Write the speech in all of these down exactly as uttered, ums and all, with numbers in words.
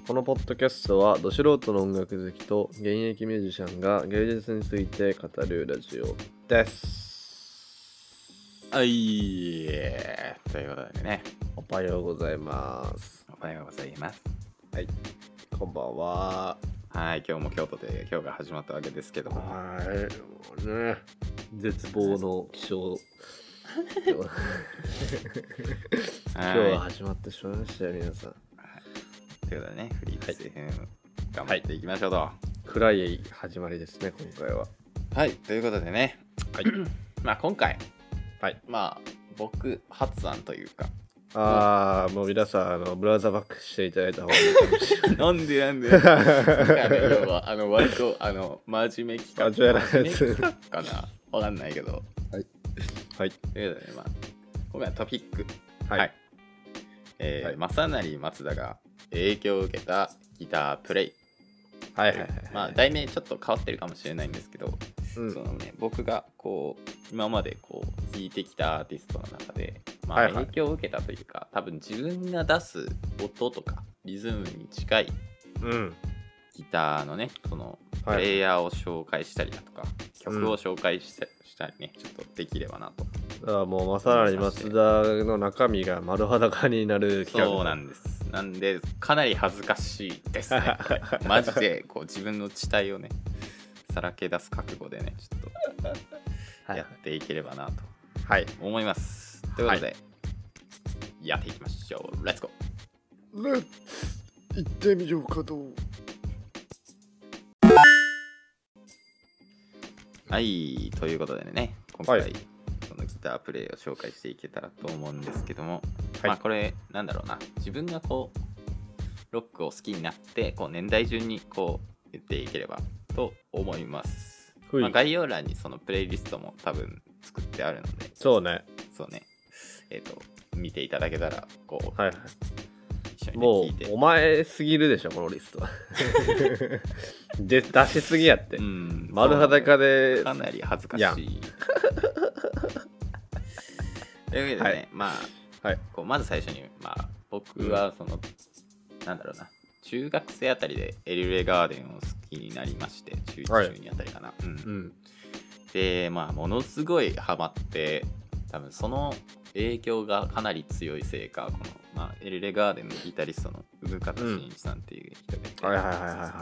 このポッドキャストはど素人の音楽好きと現役ミュージシャンが芸術について語るラジオです。 はい、ということでね、 おはようございます。 おはようございます。 はい、こんばんは。 はい、今日も京都で今日が始まったわけですけども、 はい、もうね、絶望の気象今日は始まってしまいましたよ、皆さん。 ということでね、フリーズ エフエム 頑張っていきましょうと、はい、 暗い始まりですね、今回は。 はい、ということでね、はい、まあ今回、 はい、まあ僕発案というか、 ああ、もう皆さんあのブラウザバックしていただいた方がいいかもしれない。 なんでなんでなんで要はあの割とあの真面目企画、 真面目なやつ真面目企画かな、わかんないけど、 はいはい。 ということで、まあ今回はトピック、 はい、はい、 えーはい、 正成松田が影響を受けたギタープレイ、 はいはいはい、 まあ題名ちょっと変わってるかもしれないんですけど、 うん、 そのね、僕がこう今までこう聴いてきたアーティストの中で、まあ、 はいはい、 影響を受けたというか、多分自分が出す音とかリズムに近いギターのね、そのプレイヤーを紹介したりだとか、はい、曲を紹介したり、したりね、ちょっとできればなと。 だからもうまさに松田の中身が丸裸になる企画。 そうなんです。なんでかなり恥ずかしいですね。マジでこう自分の知態をねさらけ出す覚悟でね、ちょっとやっていければなと思います。はい、ということで、はい、やっていきましょう。レッツゴー。レッツ行ってみようかと。 はい、ということでね、今回、はい、そのギタープレイを紹介していけたらと思うんですけども、はい、まあこれなんだろうな、自分がこうロックを好きになってこう年代順にこう言っていければと思います。まあ、概要欄にそのプレイリストも多分作ってあるので、 そうね、 そうね、えっ、ー、と見ていただけたらこう、 はいはい、 一緒に、ね、 もう聞いて、 お前すぎるでしょこのリストは。で出しすぎやって、うん、丸裸でかなり恥ずかしい。というわけでね、はい、まあ、はい、こうまず最初に、まあ、僕はその、うん、なんだろうな、中学生あたりでエルレガーデンを好きになりまして、中いち、中にあたりかな、はい、うんうん、でまあものすごいハマって、多分その影響がかなり強いせいか、この、まあ、エルレガーデンのギタリストの生方真一さんっていう人で、 はいはいはいはいはいはい、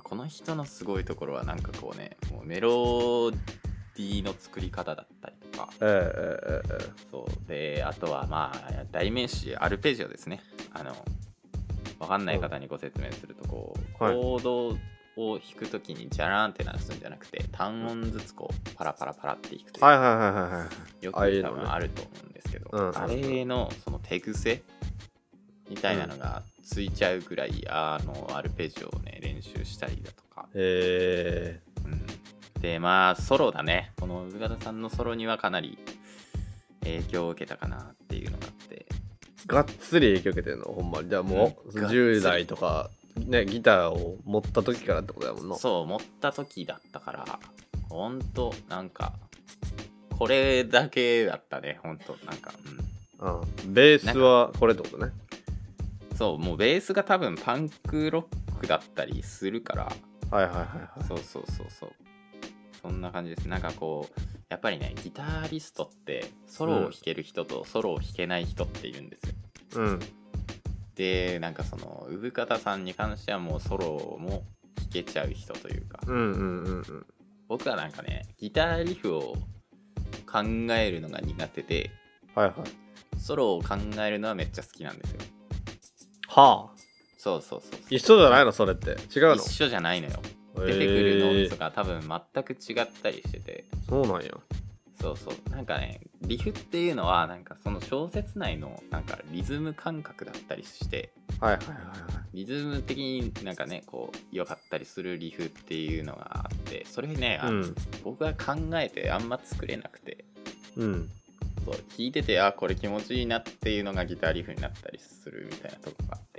この人のすごいところはなんかこうね、もうメロディーの作り方だったりとか、 えーえーえー、 そうで、あとはまあ代名詞アルペジオですね。あの分かんない方にご説明すると、こうコードを弾くときにジャラーンって鳴らすんじゃなくて、単音ずつこうパラパラパラって弾くという、 はいはいはいはい、 よく多分あると思うんですけど、あ, ね、あれのその手癖みたいなのがついちゃうぐらい、うん、あのアルペジオをね練習したりだとか、 へー、 うん、でまあソロだね、この生方さんのソロにはかなり影響を受けたかなっていうのがあって、 がっつり影響受けてるのほんまに。じゃあもう、うん、じゅう代とかね、ギターを持った時からってことだもんな。 そう、持った時だったから、ほんとなんかこれだけだったね、ほんとなんか、 うん、ああ、ベースはこれってことね。 そう、もうベースが多分パンクロックだったりするから、 はいはいはいはい、 そうそうそうそう、そんな感じです。なんかこうやっぱりね、ギタリストってソロを弾ける人とソロを弾けない人っているんですよ。 うん。 で、なんかその生方さんに関してはもうソロも弾けちゃう人というか、 うんうんうんうん、 僕はなんかね、ギターリフを考えるのが苦手で、 はいはい、 ソロを考えるのはめっちゃ好きなんですよ。 はあ、 そうそうそうそう、 一緒じゃないのそれって。違うの？ 一緒じゃないのよ。出てくるノーツが多分全く違ったりしてて、 そうなんや。 そうそう、なんかね、リフっていうのはなんかその小説内のなんかリズム感覚だったりして、 はいはいはいはい、 リズム的になんかねこう良かったりするリフっていうのがあって、それね、あの、うん、僕が考えてあんま作れなくて、 うん、 そう弾いてて、あこれ気持ちいいなっていうのがギターリフになったりするみたいなとこがあって、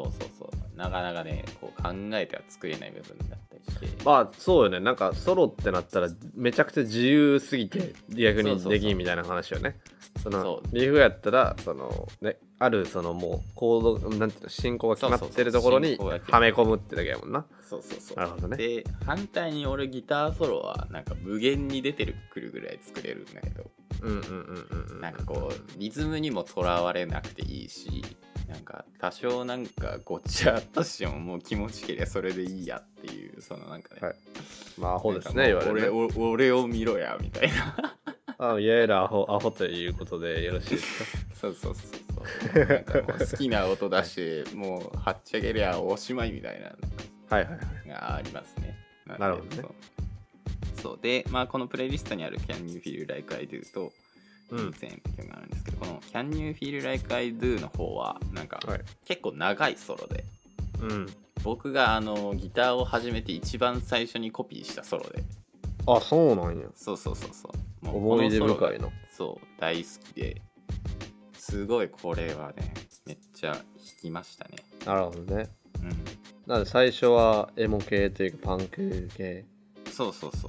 なるほどね。 そうそうそう、なかなかねこう考えては作れない部分だったりまあそうよね、なんかソロってなったらめちゃくちゃ自由すぎて逆にできんみたいな話よね。そのリフやったらその、ね、あるそのもうコードなんていうの進行が決まってるところにはめ込むってだけやもんな。 そうそうそう。 なるほどね。 で反対に俺ギターソロはなんか無限に出てくるぐらい作れるんだけど、 うんうんうんうん、 なんかこうリズムにもとらわれなくていいし、なんか多少なんかごっちゃあったしももう気持ちけりゃそれでいいやっていうそのなんかね、はい、 まあアホですね言われるね。 俺, 俺を見ろやみたいなあ、いやいやアホアホということでよろしいですか。 そうそうそうそう。なんかもう好きな音出してもうはっちゃけりゃおしまいみたいなはいはいはいがありますね。 なるほどね。 そうそうで、まあこのプレイリストにある Can You Feel Like I Do とうん、 全って曲があるんですけど、この Can You Feel Like I Do の方はなんか、はい、結構長いソロで、 うん、 僕があのギターを始めて一番最初にコピーしたソロで。 あ、そうなんや。 そうそうそうそう。 もう思い出深いの。 そう大好きですごいこれはねめっちゃ弾きましたね。 なるほどね。 うん。 なので最初はエモ系というかパンク系。 そうそうそう。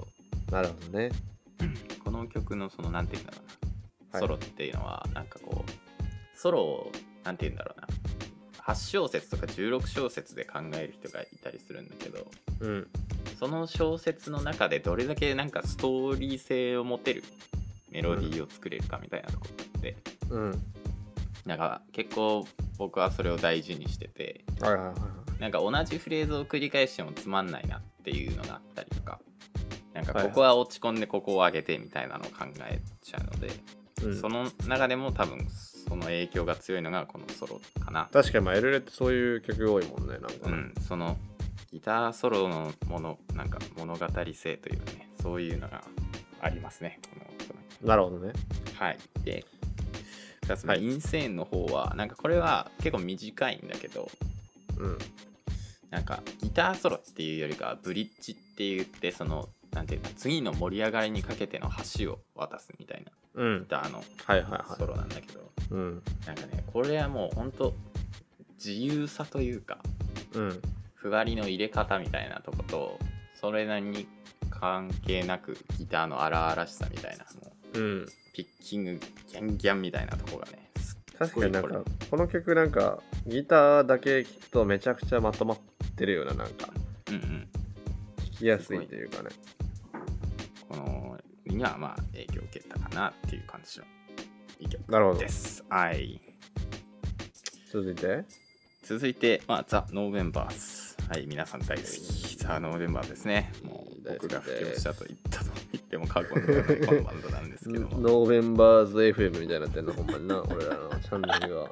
なるほどね。 この曲のそのなんていうんだろうな、ソロっていうのはなんかこうソロをなんていうんだろうな、はち小節とかじゅうろく小節で考える人がいたりするんだけど、 うん、 その小節の中でどれだけなんかストーリー性を持てるメロディーを作れるかみたいなところがあって、 うん、 なんか結構僕はそれを大事にしてて、 はいはいはい、 なんか同じフレーズを繰り返してもつまんないなっていうのがあったりとか、なんかここは落ち込んでここを上げてみたいなのを考えちゃうので、うん、その中でも多分その影響が強いのがこのソロかな。 確かにまあエルレってそういう曲多いもんね。なんかね、 うん、そのギターソロのものなんか物語性というかね、そういうのがありますね。このなるほどね。 はい。でふたつめ、インセーンの方はなんかこれは結構短いんだけど、 うん、 なんかギターソロっていうよりかはブリッジって言ってそのなんていうか次の盛り上がりにかけての橋を渡すみたいな、 うん、 ギターのソロなんだけど、 うん、 なんかねこれはもうほんと自由さというか、 うん、 ふわりの入れ方みたいなとことそれなりに関係なくギターの荒々しさみたいなもう、うん、 ピッキングギャンギャンみたいなとこがね、 確かになんかこの曲なんかギターだけ聴くとめちゃくちゃまとまってるような、なんかうんうん聴きやすいというかね、 このにはまあ影響を受けたかなっていう感じのいい曲です。 なるほど。 はい。 続いて続いて、まあ、ザ・ノーベンバーズ。はい、皆さん大好きザ・ノーベンバーズですね。もう僕が布教したと言ったと言っても過言ではないこのバンドなんですけどもノーベンバーズ エフエム みたいになってんのほんまにな俺らのチャンネルがはい、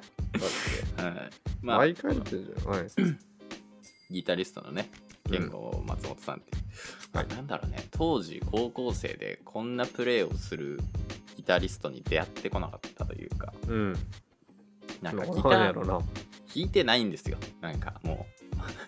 まあ、 毎回言ってんじゃん、はい、 ギタリストのね健吾松本さんっていう、うん、はい、なんだろうね、当時高校生でこんなプレーをするギタリストに出会ってこなかったというか、 うん、 なんかギター弾いてないんですよ。なんかもう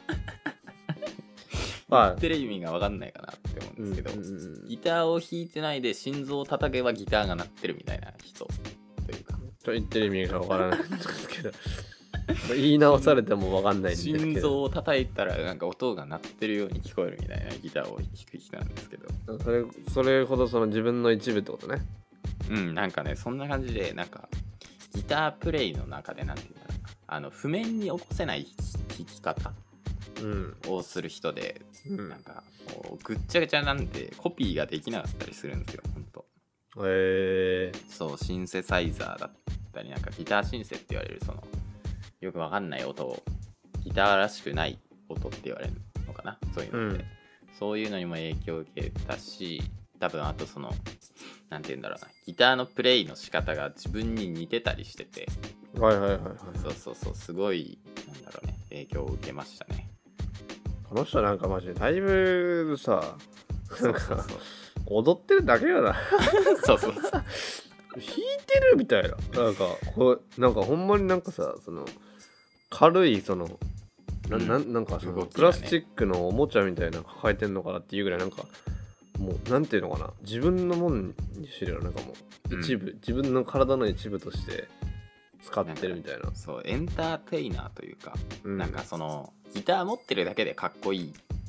言ってる意味が分かんないかなって思うんですけど、うんうんうん、ギターを弾いてないで心臓を叩けばギターが鳴ってるみたいな人というか、 と言ってる意味が分からないんですけど言い直されても分かんないんですけど、 心臓を叩いたらなんか音が鳴ってるように聞こえるみたいなギターを弾く人なんですけど、 それそれほどその自分の一部ってことね。 うん、なんかねそんな感じで、なんかギタープレイの中でなんていうんだろうな、あの譜面に起こせない弾き方をする人で、うん、なんかこうぐっちゃぐちゃなんでコピーができなかったりするんですよ、ほんと。 へえー。 そう、シンセサイザーだったり、なんかギターシンセって言われるそのよくわかんない音を、ギターらしくない音って言われるのかな、そういうので、うん、そういうのにも影響を受けたし、多分あとそのなんて言うんだろうな、ギターのプレイの仕方が自分に似てたりしてて、 はいはいはいはい、 そうそうそう、すごいなんだろうね、影響を受けましたね。 この人なんかマジでだいぶさ、なんか踊ってるだけよなそうそうそう弾いてるみたいな、なんかこうなんかほんまになんかさ、その軽いそのな、うん、な, なんかその、ね、プラスチックのおもちゃみたいなの抱えてんのかなっていうぐらい、なんかもうなんていうのかな、自分のもんにしてるよ、なんかもう一部、うん、自分の体の一部として使ってるみたいな。 そう、エンターテイナーというか、うん、なんかそのギター持ってるだけでかっこいい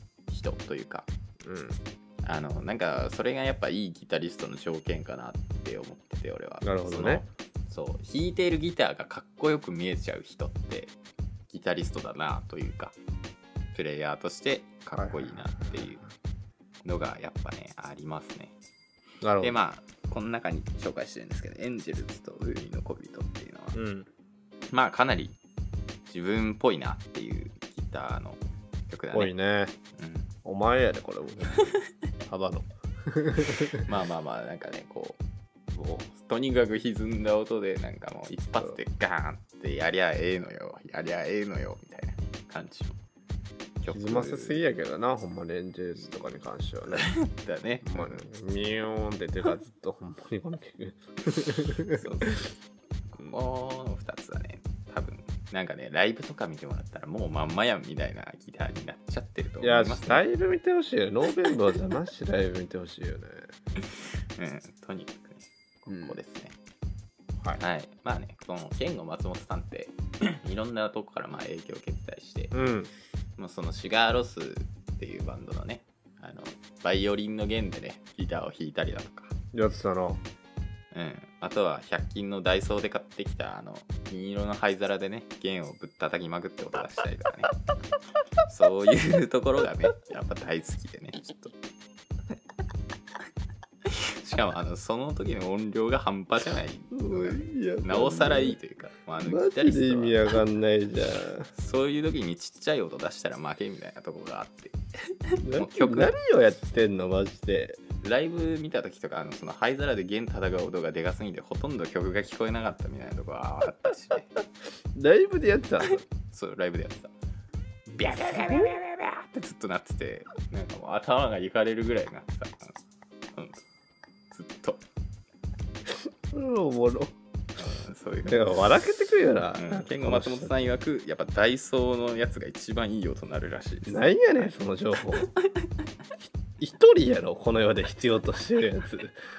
人というか、 うん、 あのなんかそれがやっぱいいギタリストの条件かなって思ってて、俺は。 なるほどね。 そう弾いているギターがかっこよく見えちゃう人ってギタリストだなというか、プレイヤーとしてかっこいいなっていうのがやっぱねありますね。 なるほど。 でまあこの中に紹介してるんですけど、エンジェルズと海の小人っていうのは、 うん、 まあかなり自分っぽいなっていうギターの曲だね。 ぽいね、うん、お前やでこれもただのまあまあまあなんかねこうもうとにかく歪んだ音でなんかもう一発でガーンってやりゃええのよやりゃええのよみたいな感じの曲。 歪ませすぎやけどな、ほんまレンジェルズとかに関してはねだね、 まあ、ミヨーンって出てからずっとほんまにこの曲そうそうこのふたつはね多分なんかねライブとか見てもらったらもうまんまやんみたいなギターになっちゃってると思います、ね、 いやライブ見てほしいよ。ノーベンバーじゃなしライブ見てほしいよねうんとにかくねここですね、 うん、はい、 はい、まあねこのケンゴ松本さんっていろんなとこからまあ影響を受けてたりして、 うん、 もうそのシガーロスっていうバンドのねあのバイオリンの弦でねギターを弾いたりだとかやってたな。 うん、あとはひゃく均のダイソーで買ってきたあの銀色の灰皿でね弦をぶったたきまくって音出したりとかねそういうところがねやっぱ大好きでねちょっとしかもあのその時の音量が半端じゃないなおさらいいというか、まあ、あのマジで意味わかんないじゃんそういう時にちっちゃい音出したら負けみたいなところがあって曲何をやってんのマジで。 ライブ見た時とかあのその灰皿で弦叩く音がでかすぎてほとんど曲が聞こえなかったみたいなところはあったし、ね、 ライブでやってたのそうライブでやってたビャビャビャビャビャビャってずっとなっててなんかもう頭がいかれるぐらいになってた、うん、ずっとおもろ、 うん、そういうだから笑けてくるよな、 うん、ケンゴ松本さん曰くやっぱダイソーのやつが一番いい音鳴るらしいです。 なんやねんその情報一人やろこの世で必要としてるやつ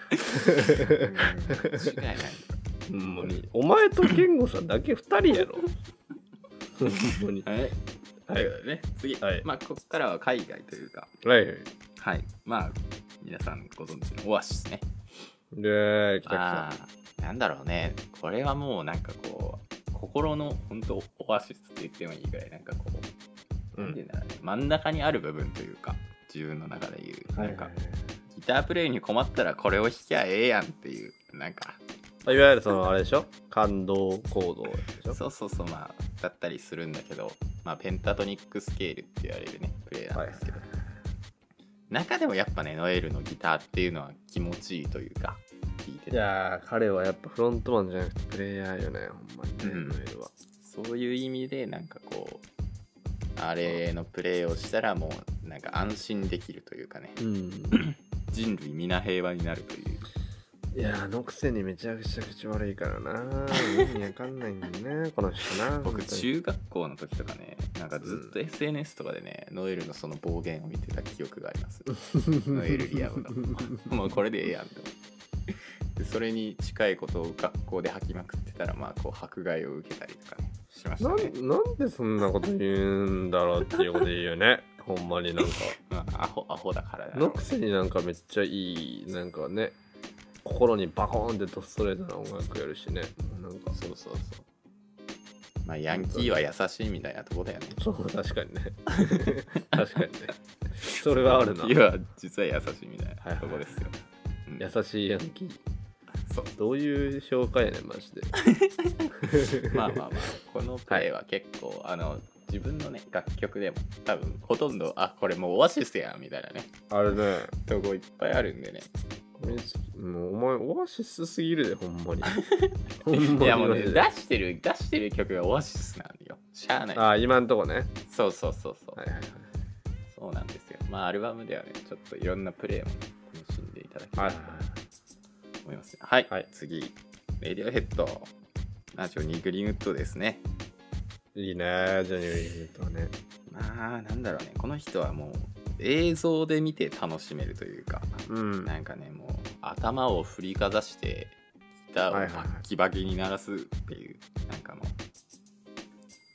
違いないほんまにお前とケンゴさんだけ二人やろほんまに。 はいということでね次、はい、まあここからは海外というかはいはいはいまあ皆さんご存知のオアシスね。 で来た来た。なんだろうねこれはもうなんかこう心の本当オアシスって言ってもいいぐらいなんかこう、うん、なんていうんだろうね真ん中にある部分というか自分の中で言うなんか、はいはいはい、ギタープレイに困ったらこれを弾きゃええやんっていうなんかいわゆるそのあれでしょ感動行動でしょ。 そうそうそうまあだったりするんだけど、まあ、ペンタトニックスケールって言われるねプレイなんですけど、はい、中でもやっぱねノエルのギターっていうのは気持ちいいというか聞いてて、 いやー彼はやっぱフロントマンじゃなくてプレイヤーよねほんまにね、うん、ノエルはそういう意味でなんかこうあれのプレイをしたらもうなんか安心できるというかね、うん、人類皆平和になるという。 いやーのくせにめちゃくちゃ口悪いからな意味わかんないんだねこの人な。 僕中学校の時とかねなんかずっと エスエヌエス とかでね、うん、ノエルのその暴言を見てた記憶がありますノエルリアムのもうこれでええやんとでそれに近いことを学校で吐きまくってたらまあこう迫害を受けたりとかねしましたね。 な, なんでそんなこと言うんだろうっていうこと言うよねほんまになんかまあアホアホだからだのくせになんかめっちゃいいなんかね心にバコーンってとストレートな音楽やるしね。なんかそうそうそうまあヤンキーは優しいみたいなとこだよね。 そう確かにね確かにねそれはあるな。 ヤンキーは実は優しいみたいなとこですよ、 はいはいうん、優しいヤンキーそうどういう紹介やねんマジでまあまあまあこのプレイは結構、はい、あの自分のね楽曲でも多分ほとんどあこれもうオアシスやんみたいなねあれねとこいっぱいあるんでねもうお前オアシスすぎるでほんまにほんまにいやもうね出してる出してる曲がオアシスなんよしゃあない。 ああ今んとこねそうそうそうそう、 はいはいはい、 そうなんですよ。まあアルバムではねちょっといろんなプレイも、ね、楽しんでいただきたいと思いますね。はい、はい、次レディオヘッドジョニー・グリーンウッドですね。 いいねジョニー・グリーンウッドはね。 まあなんだろうねこの人はもう映像で見て楽しめるというか、うん、なんかねもう頭を振りかざしてギターをバッキバキに鳴らすっていう、はいはいはい、なんかもう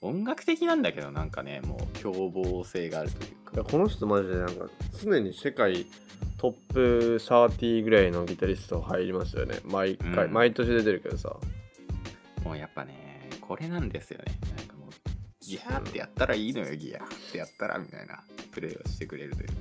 音楽的なんだけどなんかねもう凶暴性があるというか。 いやこの人マジでなんか常に世界トップさんじゅうぐらいのギタリスト入りますよね毎回、うん、毎年出てるけどさ、 もうやっぱねこれなんですよね。なんかもうギャーってやったらいいのよ、ギャーってやったらみたいなプレーをしてくれるという。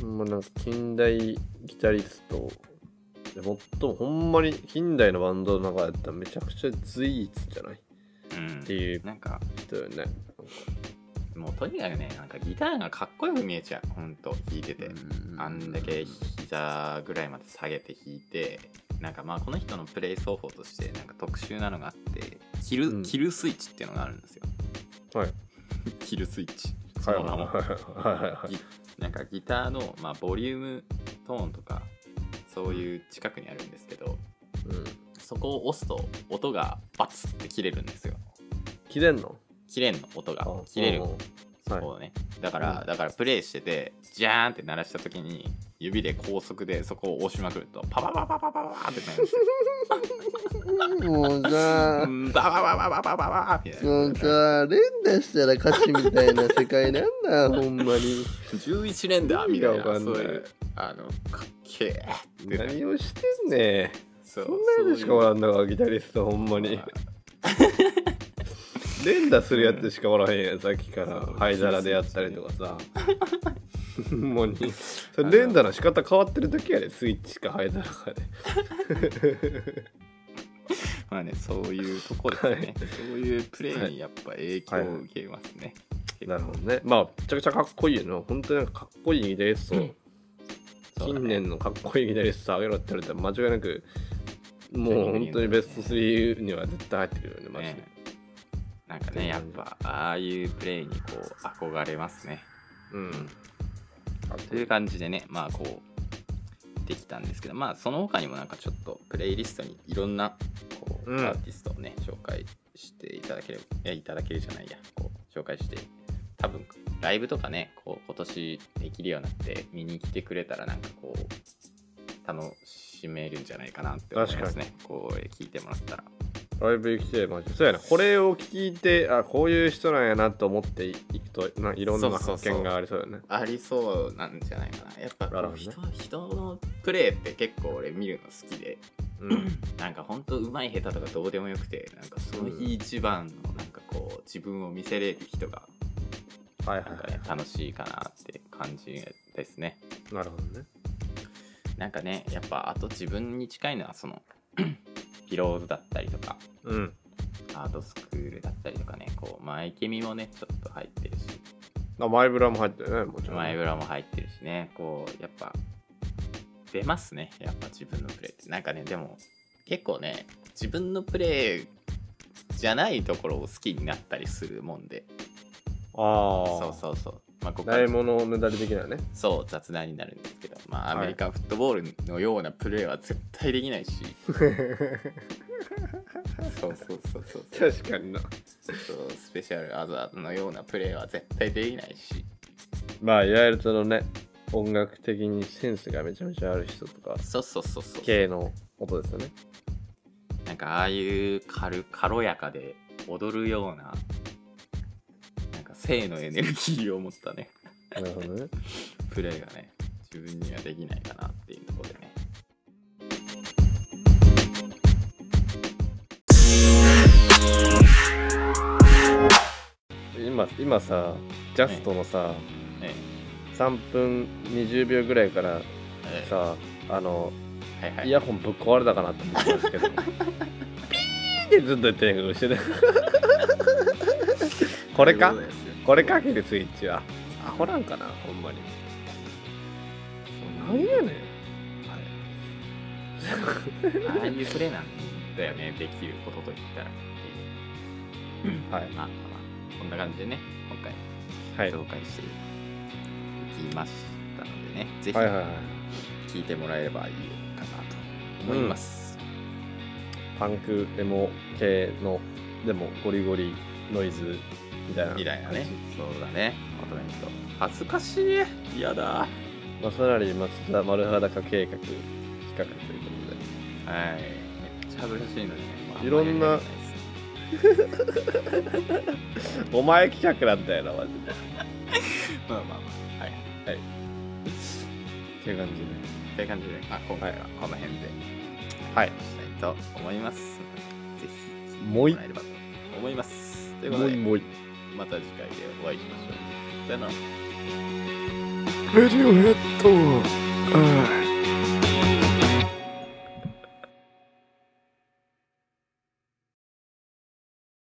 もうなんか近代ギタリストで最もほんまに近代のバンドの中だったらめちゃくちゃ随一じゃない、うん、っていうなんか人よね。なんかもうとにかくねなんかギターがかっこよく見えちゃう。ほんと弾いてて、うん、あんだけ膝ぐらいまで下げて弾いて、なんかまあこの人のプレイ奏法としてなんか特殊なのがあってキル、うん、キルスイッチっていうのがあるんですよ。 はいキルスイッチその名も、 はいはいはい、 なんかギターの、まあ、ボリュームトーンとかそういう近くにあるんですけど、うん、そこを押すと音がバツって切れるんですよ。 切れんの？ 切れんの音が切れる。そこをね、だから、うん、だからプレイしててジャーンって鳴らした時に指で高速でそこを押しまくるとパパパパパパパってなるんですよ。 もうさババババババババみたいな。 もうさ連打したら勝ちみたいな世界なんだほんまに。 じゅういち連打みたいなそういうあのかっけーって何をしてんねん。そんなやつしかおらんだからギタリストほんまに。連打するやつしかおらへんやん、さっきから灰皿でやったりとかさ。ほんまにそれ連打の仕方変わってる時やで、スイッチか灰皿かで。 まあね、そういうとこですね、はい、そういうプレイにやっぱ影響を受けますね、 はいはい、なるほどね。まあめちゃくちゃかっこいいよな。本当になんかかっこいいギタリスト、うんね、近年のかっこいいギタリストあげろって言われたら間違いなくもう本当にベストスリーには絶対入ってるよねマジで、ね。 なんかねやっぱああいうプレイにこう憧れますね。うん。という感じでねまあこうできたんですけど、まあその他にもなんかちょっとプレイリストにいろんなこう、うん、アーティストをね紹介していただければいやいただけるじゃないやこう紹介して多分ライブとかねこう今年できるようになって見に来てくれたらなんかこう楽しめるんじゃないかなって思いますね。こう聞いてもらったら。 ライブ行きたいマジで。そうやな。これを聞いてあこういう人なんやなと思っていくとないろんな発見がありそうだよね。 そうそうそうありそうなんじゃないかな。やっぱこう人、ね、人のプレーって結構俺見るの好きで、うん、なんかほんと上手い下手とかどうでもよくてなんかその日一番のなんかこう自分を見せれる人がなんかね楽しいかなって感じですね。 なるほどね。 なんかねやっぱあと自分に近いのはそのピローズだったりとか、うん、アートスクールだったりとかねこうマイケミもねちょっと入ってるしあマイブラも入ってるねもちろんマイブラも入ってるしねこうやっぱ出ますねやっぱ自分のプレーってなんかねでも結構ね自分のプレーじゃないところを好きになったりするもんでああそうそうそうまあ、ここないものねだり的なねそう雑談になるんですけどまあアメリカンフットボールのようなプレーは絶対できないし、はい、そうそうそうそう確かになそうスペシャルアザーのようなプレーは絶対できないしまあいわゆるそのね音楽的にセンスがめちゃめちゃある人とかそうそうそうそう系の音ですよね。 なんかああいう軽軽やかで踊るような性のエネルギーを持ったねなるほどねプレーがね自分にはできないかなっていうところでね今今さジャストのさ、ええ、さんぷんにじゅうびょうぐらいからさ、ええ、あの、はいはい、イヤホンぶっ壊れたかなと思ったんですけどピーってずっと言ってんけどしてねこれかこれかけるスイッチはアホなんかなほんまに何やねん、 はい、ああいうプレーなんだよねできることといったらはいまあまあこんな感じでね今回紹介していきましたのでね、はい、ぜひ聞いてもらえればいいかなと思います、 うん、パンクエモ系のでもゴリゴリノイズみたいなみたいなねそうだねまとめると恥ずかしい嫌だまさなり松田丸裸計画企画ということではいめっちゃ恥ずかしいのにね、まあ、 いろんなお前企画なんだよなマジで。 まあまあまあ、はいはい。 っていう感じで。 っていう感じで、まあ、今回はこの辺で、 はい、 したいと思います。ぜひ、 もういもらえればと思います。ということで、 もういまた次回でお会いしましょう。さよなら。 レディオヘッド。